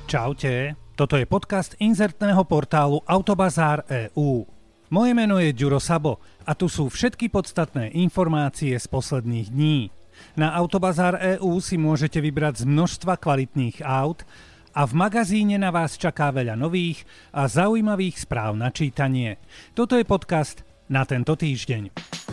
Čaute, toto je podcast inzertného portálu Autobazár.eu. Moje meno je Ďuro Sabo a tu sú všetky podstatné informácie z posledných dní. Na Autobazár.eu si môžete vybrať z množstva kvalitných aut a v magazíne na vás čaká veľa nových a zaujímavých správ na čítanie. Toto je podcast na tento týždeň.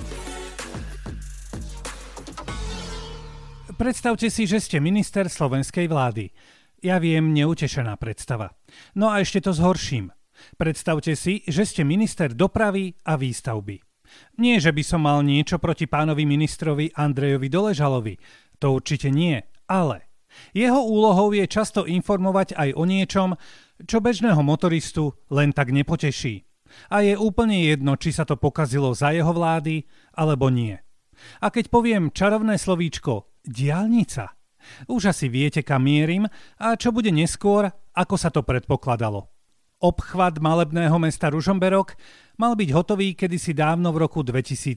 Predstavte si, že ste minister slovenskej vlády. Ja viem, neutešená predstava. No a ešte to zhorším. Predstavte si, že ste minister dopravy a výstavby. Nie, že by som mal niečo proti pánovi ministrovi Andrejovi Doležalovi. To určite nie, ale jeho úlohou je často informovať aj o niečom, čo bežného motoristu len tak nepoteší. A je úplne jedno, či sa to pokazilo za jeho vlády, alebo nie. A keď poviem čarovné slovíčko diaľnica, už asi viete, kam mierim a čo bude neskôr, ako sa to predpokladalo. Obchvat malebného mesta Ružomberok mal byť hotový kedysi dávno v roku 2017.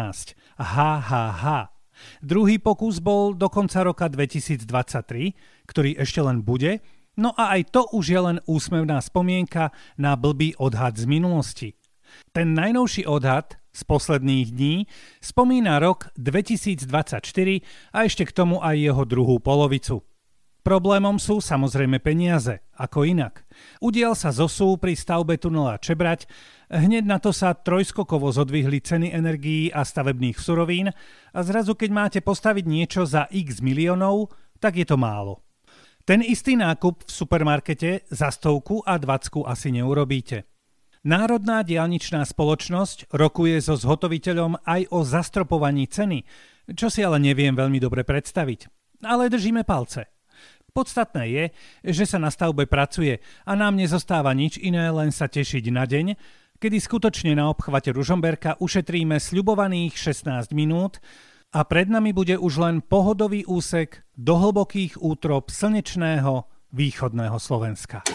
Druhý pokus bol do konca roka 2023, ktorý ešte len bude, no a aj to už je len úsmevná spomienka na blbý odhad z minulosti. Ten najnovší odhad z posledných dní spomína rok 2024 a ešte k tomu aj jeho druhú polovicu. Problémom sú samozrejme peniaze, ako inak. Udial sa zosúv pri stavbe tunela Čebrať, hneď na to sa trojskokovo zodvihli ceny energií a stavebných surovín a zrazu keď máte postaviť niečo za x miliónov, tak je to málo. Ten istý nákup v supermarkete za 100 a 20 asi neurobíte. Národná diaľničná spoločnosť rokuje so zhotoviteľom aj o zastropovaní ceny, čo si ale neviem veľmi dobre predstaviť. Ale držíme palce. Podstatné je, že sa na stavbe pracuje a nám nezostáva nič iné, len sa tešiť na deň, kedy skutočne na obchvate Ružomberka ušetríme sľubovaných 16 minút a pred nami bude už len pohodový úsek do hlbokých útrob slnečného východného Slovenska.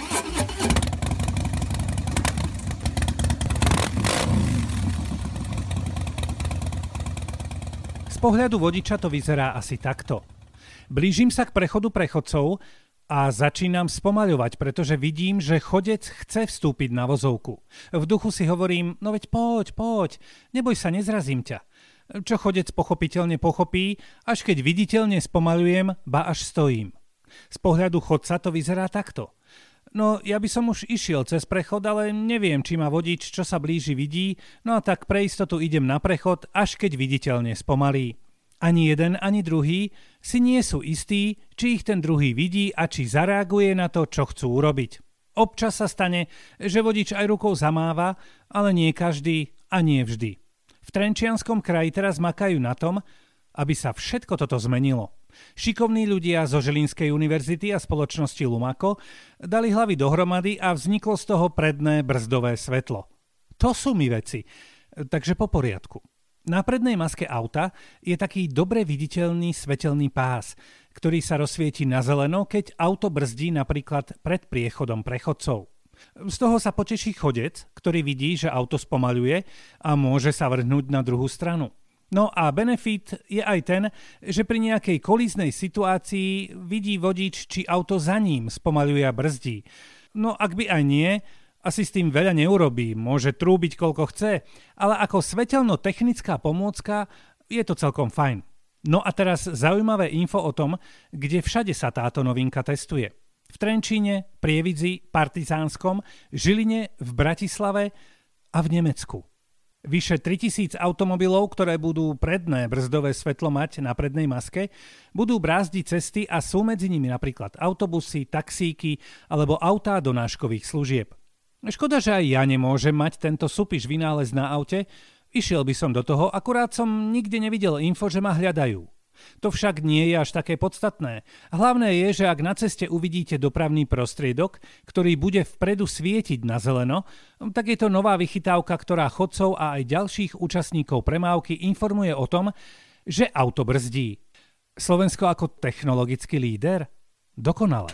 Z pohľadu vodiča to vyzerá asi takto. Blížim sa k prechodu prechodcov a začínam spomaľovať, pretože vidím, že chodec chce vstúpiť na vozovku. V duchu si hovorím, no veď poď, neboj sa, nezrazím ťa. Čo chodec pochopiteľne pochopí, až keď viditeľne spomaľujem, ba až stojím. Z pohľadu chodca to vyzerá takto. No ja by som už išiel cez prechod, ale neviem, či ma vodič, čo sa blíži, vidí, no a tak pre istotu idem na prechod, až keď viditeľne spomalí. Ani jeden, ani druhý si nie sú istí, či ich ten druhý vidí a či zareaguje na to, čo chcú urobiť. Občas sa stane, že vodič aj rukou zamáva, ale nie každý a nie vždy. V Trenčianskom kraji teraz makajú na tom, aby sa všetko toto zmenilo. Šikovní ľudia zo Žilinskej univerzity a spoločnosti Lumako dali hlavy dohromady a vzniklo z toho predné brzdové svetlo. To sú mi veci, takže po poriadku. Na prednej maske auta je taký dobre viditeľný svetelný pás, ktorý sa rozsvieti na zeleno, keď auto brzdí napríklad pred priechodom prechodcov. Z toho sa poteší chodec, ktorý vidí, že auto spomaľuje a môže sa vrhnúť na druhú stranu. No a benefit je aj ten, že pri nejakej kolíznej situácii vidí vodič, či auto za ním spomaľuje a brzdí. No ak by aj nie, asi s tým veľa neurobí, môže trúbiť koľko chce, ale ako svetelno-technická pomôcka je to celkom fajn. No a teraz zaujímavé info o tom, kde všade sa táto novinka testuje. V Trenčíne, Prievidzi, Partizánskom, Žiline, v Bratislave a v Nemecku. Vyše 3000 automobilov, ktoré budú predné brzdové svetlo mať na prednej maske, budú brázdiť cesty a sú medzi nimi napríklad autobusy, taxíky alebo autá donáškových služieb. Škoda, že aj ja nemôžem mať tento súpiš vynález na aute, išiel by som do toho, akurát som nikde nevidel info, že ma hľadajú. To však nie je až také podstatné. Hlavné je, že ak na ceste uvidíte dopravný prostriedok, ktorý bude vpredu svietiť na zeleno, tak je to nová vychytávka, ktorá chodcov a aj ďalších účastníkov premávky informuje o tom, že auto brzdí. Slovensko ako technologický líder? Dokonale.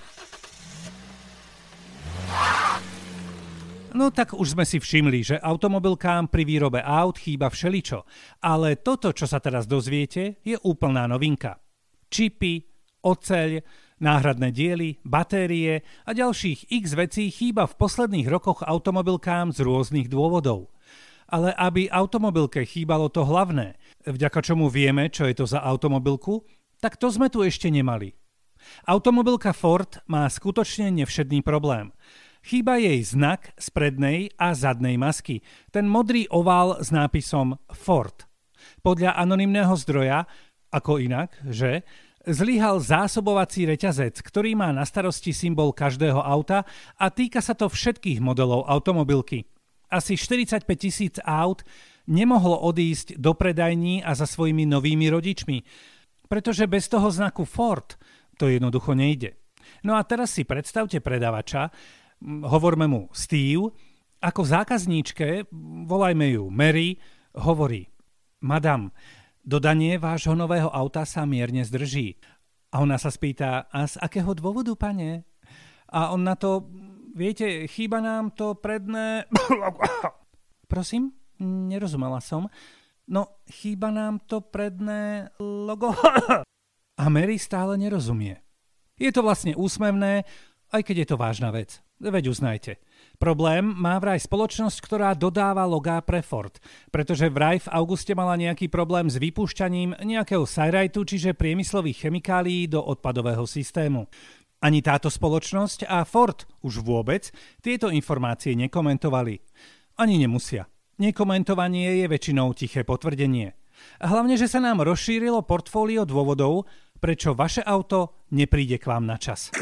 No tak už sme si všimli, že automobilkám pri výrobe aut chýba všeličo, ale toto, čo sa teraz dozviete, je úplná novinka. Čipy, Oceľ, náhradné diely, batérie a ďalších x vecí chýba v posledných rokoch automobilkám z rôznych dôvodov. Ale aby automobilke chýbalo to hlavné, vďaka čomu vieme, čo je to za automobilku, tak to sme tu ešte nemali. Automobilka Ford má skutočne nevšedný problém. Chýba jej znak z prednej a zadnej masky, ten modrý ovál s nápisom Ford. Podľa anonymného zdroja, ako inak, že zlyhal zásobovací reťazec, ktorý má na starosti symbol každého auta a týka sa to všetkých modelov automobilky. Asi 45 000 aut nemohlo odísť do predajní a za svojimi novými rodičmi, pretože bez toho znaku Ford to jednoducho nejde. No a teraz si predstavte predavača, hovorme mu Steve, ako zákazníčke, volajme ju Mary, hovorí: Madam, dodanie vášho nového auta sa mierne zdrží. A ona sa spýta: a z akého dôvodu, pane? A on na to: viete, chýba nám to predné... Prosím? Nerozumela som. No, chýba nám to predné logo. A Mary stále nerozumie. Je to vlastne úsmevné, aj keď je to vážna vec. Veď uznajte. Problém má vraj spoločnosť, ktorá dodáva logá pre Ford, pretože vraj v auguste mala nejaký problém s vypúšťaním nejakého sajrajtu, čiže priemyslových chemikálií do odpadového systému. Ani táto spoločnosť a Ford už vôbec tieto informácie nekomentovali. Ani nemusia. Nekomentovanie je väčšinou tiché potvrdenie. Hlavne, že sa nám rozšírilo portfólio dôvodov, prečo vaše auto nepríde k vám na čas.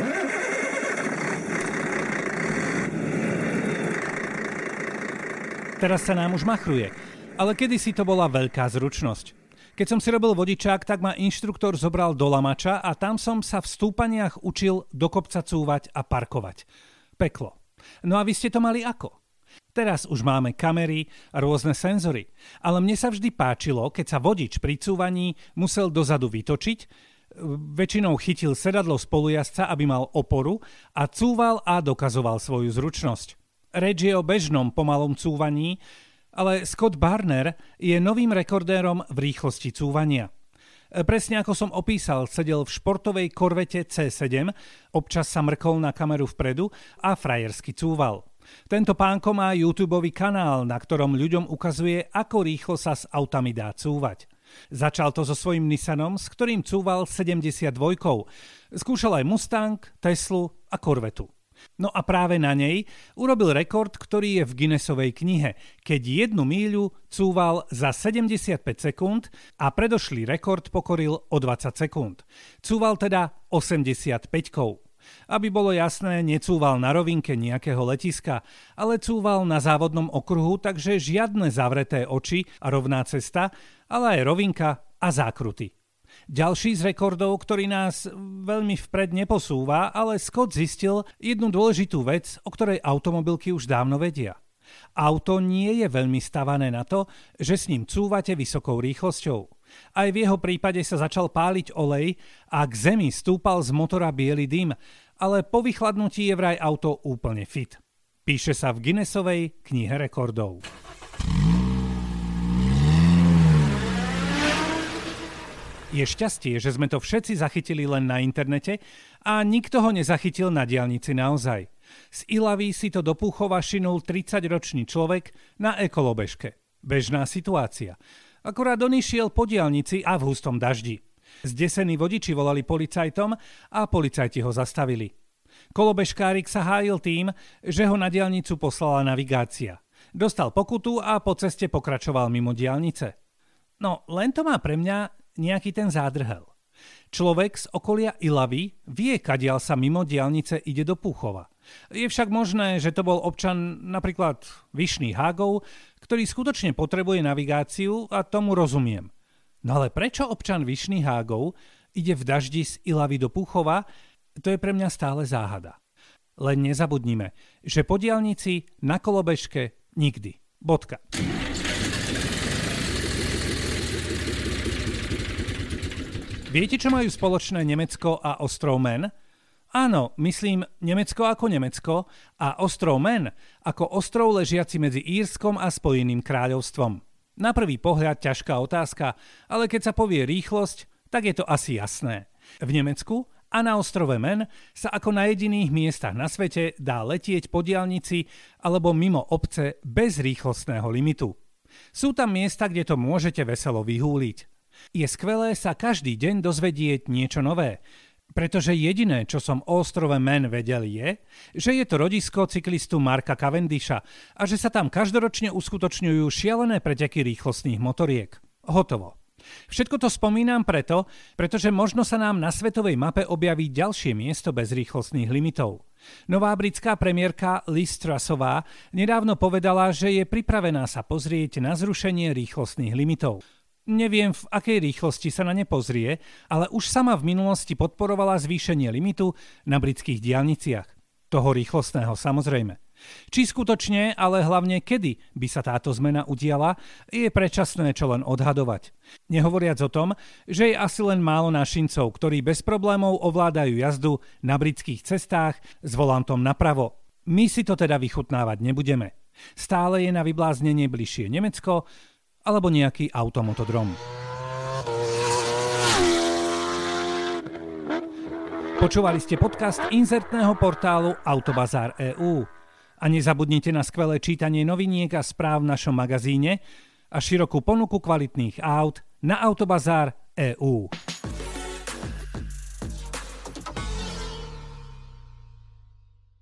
Teraz sa nám už machruje, ale kedysi to bola veľká zručnosť. Keď som si robil vodičák, tak ma inštruktor zobral do Lamača a tam som sa v stúpaniach učil do kopca cúvať a parkovať. Peklo. No a vy ste to mali ako? Teraz už máme kamery a rôzne senzory, ale mne sa vždy páčilo, keď sa vodič pri cúvaní musel dozadu vytočiť, väčšinou chytil sedadlo spolujazca, aby mal oporu a cúval a dokazoval svoju zručnosť. Reč je o bežnom pomalom cúvaní, ale Scott Barner je novým rekordérom v rýchlosti cúvania. Presne ako som opísal, sedel v športovej korvete C7, občas sa mrkol na kameru vpredu a frajersky cúval. Tento pánko má YouTubeový kanál, na ktorom ľuďom ukazuje, ako rýchlo sa s autami dá cúvať. Začal to so svojím Nissanom, s ktorým cúval 72. Skúšal aj Mustang, Teslu a korvetu. No a práve na nej urobil rekord, ktorý je v Guinnessovej knihe, keď 1 míľu cúval za 75 sekúnd a predošlý rekord pokoril o 20 sekúnd. Cúval teda 85-kou. Aby bolo jasné, necúval na rovinke nejakého letiska, ale cúval na závodnom okruhu, takže žiadne zavreté oči a rovná cesta, ale aj rovinka a zákruty. Ďalší z rekordov, ktorý nás veľmi vpred neposúva, ale Scott zistil jednu dôležitú vec, o ktorej automobilky už dávno vedia. Auto nie je veľmi stavané na to, že s ním cúvate vysokou rýchlosťou. Aj v jeho prípade sa začal páliť olej a k zemi stúpal z motora biely dym, ale po vychladnutí je vraj auto úplne fit. Píše sa v Guinnessovej knihe rekordov. Je šťastie, že sme to všetci zachytili len na internete a nikto ho nezachytil na diaľnici naozaj. Z Ilavy si to do Púchova šinul 30-ročný človek na ekolobežke. Bežná situácia. Akurát on išiel po diaľnici a v hustom daždi. Zdesení vodiči volali policajtom a policajti ho zastavili. Kolobežkárik sa hájil tým, že ho na diaľnicu poslala navigácia. Dostal pokutu a po ceste pokračoval mimo diaľnice. No, len to má pre mňa nejaký ten zádrhel. Človek z okolia Ilavy vie, kadiaľ sa mimo diaľnice ide do Púchova. Je však možné, že to bol občan napríklad Vyšných Hágov, ktorý skutočne potrebuje navigáciu a tomu rozumiem. No ale prečo občan Vyšných Hágov ide v daždi z Ilavy do Púchova, to je pre mňa stále záhada. Len nezabudnime, že po diaľnici na kolobežke nikdy. Bodka. Viete, čo majú spoločné Nemecko a ostrov Man? Áno, myslím Nemecko ako Nemecko a ostrov Man ako ostrov ležiaci medzi Írskom a Spojeným kráľovstvom. Na prvý pohľad ťažká otázka, ale keď sa povie rýchlosť, tak je to asi jasné. V Nemecku A na ostrove Man sa ako na jediných miestach na svete dá letieť po diaľnici alebo mimo obce bez rýchlostného limitu. Sú tam miesta, kde to môžete veselo vyhúliť. Je skvelé sa každý deň dozvedieť niečo nové, pretože jediné, čo som o ostrove Man vedel je, že je to rodisko cyklistu Marka Cavendisha a že sa tam každoročne uskutočňujú šialené preteky rýchlostných motoriek. Hotovo. Všetko to spomínam pretože možno sa nám na svetovej mape objaví ďalšie miesto bez rýchlostných limitov. Nová britská premiérka Liz Trussová nedávno povedala, že je pripravená sa pozrieť na zrušenie rýchlostných limitov. Neviem, v akej rýchlosti sa na ne pozrie, ale už sama v minulosti podporovala zvýšenie limitu na britských diaľniciach. Toho rýchlostného samozrejme. Či skutočne, ale hlavne kedy by sa táto zmena udiala, je predčasné čo len odhadovať. Nehovoriac o tom, že je asi len málo našincov, ktorí bez problémov ovládajú jazdu na britských cestách s volantom napravo. My si to teda vychutnávať nebudeme. Stále je na vybláznenie bližšie Nemecko alebo nejaký automotodrom. Počúvali ste podcast inzertného portálu Autobazár.eu. A nezabudnite na skvelé čítanie noviniek a správ v našom magazíne a širokú ponuku kvalitných aut na Autobazár.eu.